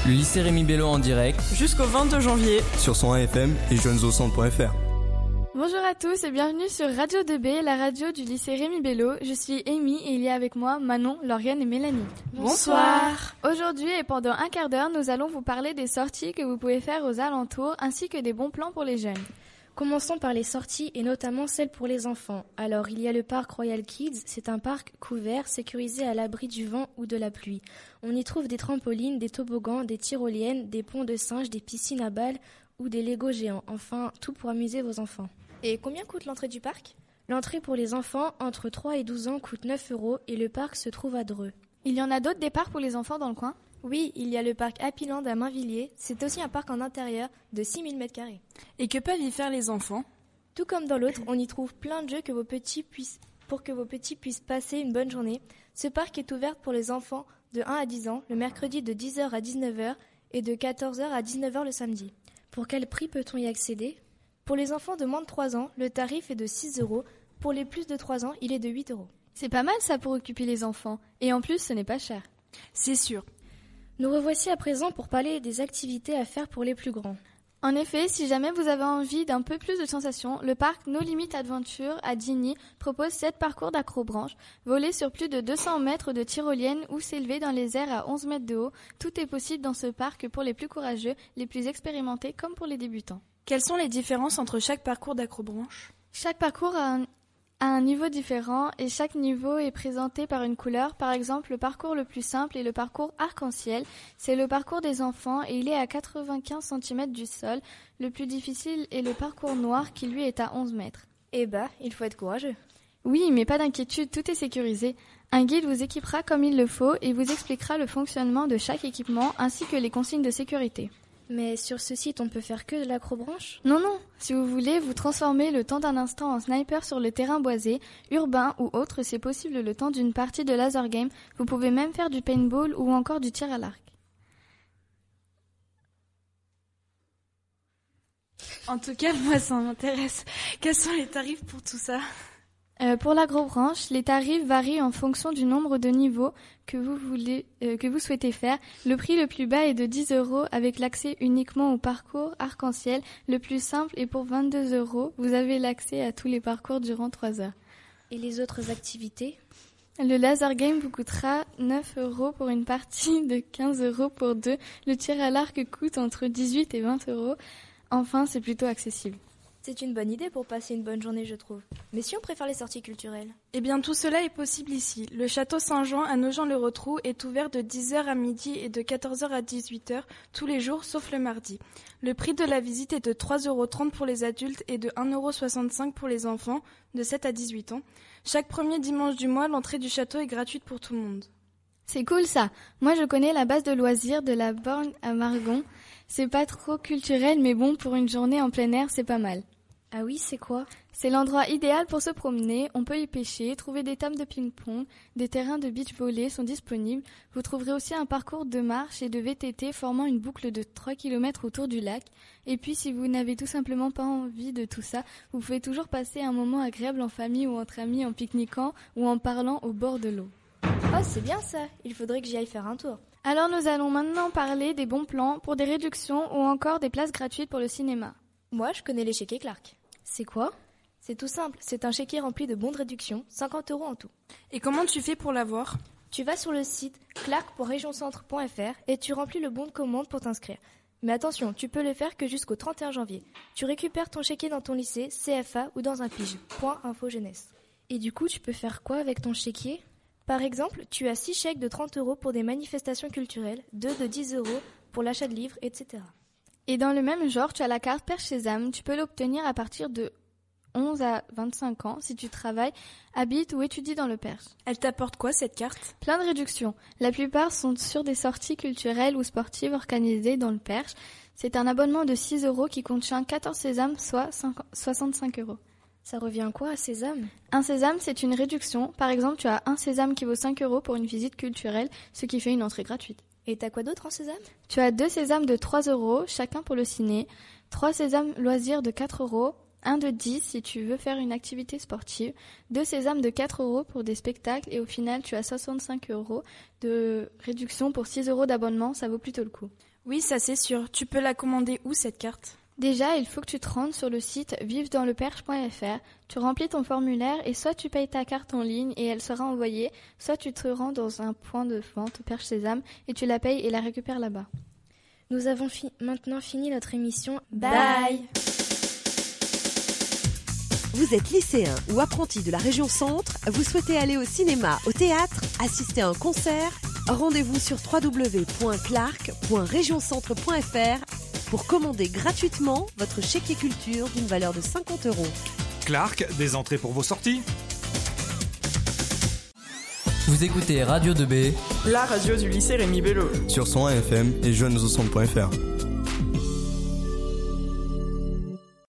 Le lycée Rémi Bello en direct jusqu'au 22 janvier sur son FM et jeunesaucentre.fr. Bonjour à tous et bienvenue sur Radio 2B, la radio du lycée Rémi Bello. Je suis Amy et il y a avec moi Manon, Lauriane et Mélanie. Bonsoir. Aujourd'hui et pendant un quart d'heure, nous allons vous parler des sorties que vous pouvez faire aux alentours ainsi que des bons plans pour les jeunes. Commençons par les sorties et notamment celles pour les enfants. Alors, il y a le parc Royal Kids, c'est un parc couvert, sécurisé à l'abri du vent ou de la pluie. On y trouve des trampolines, des toboggans, des tyroliennes, des ponts de singes, des piscines à balles ou des Lego géants. Enfin, tout pour amuser vos enfants. Et combien coûte l'entrée du parc ? L'entrée pour les enfants entre 3 et 12 ans coûte 9 € et le parc se trouve à Dreux. Il y en a d'autres des parcs pour les enfants dans le coin ? Oui, il y a le parc Happyland à Mainvilliers. C'est aussi un parc en intérieur de 6000 m². Et que peuvent y faire les enfants ? Tout comme dans l'autre, on y trouve plein de jeux pour que vos petits puissent passer une bonne journée. Ce parc est ouvert pour les enfants de 1 à 10 ans, le mercredi de 10h à 19h et de 14h à 19h le samedi. Pour quel prix peut-on y accéder ? Pour les enfants de moins de 3 ans, le tarif est de 6 €. Pour les plus de 3 ans, il est de 8 €. C'est pas mal ça pour occuper les enfants. Et en plus, ce n'est pas cher. C'est sûr. Nous revoici à présent pour parler des activités à faire pour les plus grands. En effet, si jamais vous avez envie d'un peu plus de sensations, le parc No Limit Adventure à Digny propose 7 parcours d'acrobranche, voler sur plus de 200 mètres de tyrolienne ou s'élever dans les airs à 11 mètres de haut. Tout est possible dans ce parc pour les plus courageux, les plus expérimentés comme pour les débutants. Quelles sont les différences entre chaque parcours d'acrobranche ? Chaque parcours a un niveau différent et chaque niveau est présenté par une couleur. Par exemple, le parcours le plus simple est le parcours arc-en-ciel. C'est le parcours des enfants et il est à 95 cm du sol. Le plus difficile est le parcours noir qui lui est à 11 mètres. Eh bah, il faut être courageux. Oui, mais pas d'inquiétude, tout est sécurisé. Un guide vous équipera comme il le faut et vous expliquera le fonctionnement de chaque équipement ainsi que les consignes de sécurité. Mais sur ce site, on peut faire que de l'acrobranche ? Non, si vous voulez vous transformer le temps d'un instant en sniper sur le terrain boisé, urbain ou autre, c'est possible le temps d'une partie de laser game. Vous pouvez même faire du paintball ou encore du tir à l'arc. En tout cas, moi ça m'intéresse. Quels sont les tarifs pour tout ça ? Pour l'acrobranche, les tarifs varient en fonction du nombre de niveaux que vous souhaitez faire. Le prix le plus bas est de 10 € avec l'accès uniquement au parcours arc-en-ciel. Le plus simple est pour 22 €. Vous avez l'accès à tous les parcours durant 3 heures. Et les autres activités ? Le laser game vous coûtera 9 € pour une partie de 15 € pour deux. Le tir à l'arc coûte entre 18 et 20 €. Enfin, c'est plutôt accessible. C'est une bonne idée pour passer une bonne journée, je trouve. Mais si on préfère les sorties culturelles ? Eh bien, tout cela est possible ici. Le château Saint-Jean à Nogent-le-Rotrou est ouvert de 10h à midi et de 14h à 18h tous les jours, sauf le mardi. Le prix de la visite est de 3,30 € pour les adultes et de 1,65 € pour les enfants de 7 à 18 ans. Chaque premier dimanche du mois, l'entrée du château est gratuite pour tout le monde. C'est cool ça. Moi, je connais la base de loisirs de la Borne à Margon. C'est pas trop culturel, mais bon, pour une journée en plein air, c'est pas mal. Ah oui, c'est quoi ? C'est l'endroit idéal pour se promener, on peut y pêcher, trouver des tables de ping-pong, des terrains de beach volley sont disponibles. Vous trouverez aussi un parcours de marche et de VTT formant une boucle de 3 km autour du lac. Et puis si vous n'avez tout simplement pas envie de tout ça, vous pouvez toujours passer un moment agréable en famille ou entre amis en pique-niquant ou en parlant au bord de l'eau. Oh, c'est bien ça, il faudrait que j'y aille faire un tour. Alors nous allons maintenant parler des bons plans pour des réductions ou encore des places gratuites pour le cinéma. Moi, je connais les chéquiers Clark. C'est quoi ? C'est tout simple, c'est un chéquier rempli de bons de réduction, 50 € en tout. Et comment tu fais pour l'avoir ? Tu vas sur le site clark.regioncentre.fr et tu remplis le bon de commande pour t'inscrire. Mais attention, tu peux le faire que jusqu'au 31 janvier. Tu récupères ton chéquier dans ton lycée, CFA ou dans un pige. .info jeunesse. Et du coup, tu peux faire quoi avec ton chéquier ? Par exemple, tu as 6 chèques de 30 € pour des manifestations culturelles, 2 de 10 € pour l'achat de livres, etc. Et dans le même genre, tu as la carte Perche Sésame. Tu peux l'obtenir à partir de 11 à 25 ans si tu travailles, habites ou étudies dans le Perche. Elle t'apporte quoi cette carte ? Plein de réductions. La plupart sont sur des sorties culturelles ou sportives organisées dans le Perche. C'est un abonnement de 6 € qui contient 14 sésames, soit 65 €. Ça revient quoi à sésame ? Un sésame, c'est une réduction. Par exemple, tu as un sésame qui vaut 5 € pour une visite culturelle, ce qui fait une entrée gratuite. Et t'as quoi d'autre en sésame ? Tu as 2 sésames de 3 € chacun pour le ciné, 3 sésames loisirs de 4 €, 1 de 10 si tu veux faire une activité sportive, 2 sésames de 4 € pour des spectacles et au final tu as 65 € de réduction pour 6 € d'abonnement, ça vaut plutôt le coup. Oui, ça c'est sûr. Tu peux la commander où cette carte ? Déjà, il faut que tu te rendes sur le site vivedansleperche.fr, tu remplis ton formulaire et soit tu payes ta carte en ligne et elle sera envoyée, soit tu te rends dans un point de vente Perche Sésame et tu la payes et la récupères là-bas. Nous avons maintenant fini notre émission. Bye. Vous êtes lycéen ou apprenti de la région Centre, vous souhaitez aller au cinéma, au théâtre, assister à un concert ? Rendez-vous sur www.clark.regioncentre.fr pour commander gratuitement votre chéquier culture d'une valeur de 50 €. Clark, des entrées pour vos sorties. Vous écoutez Radio 2B, la radio du lycée Rémi Bello. sur 101 FM et jeunesaucentre.fr.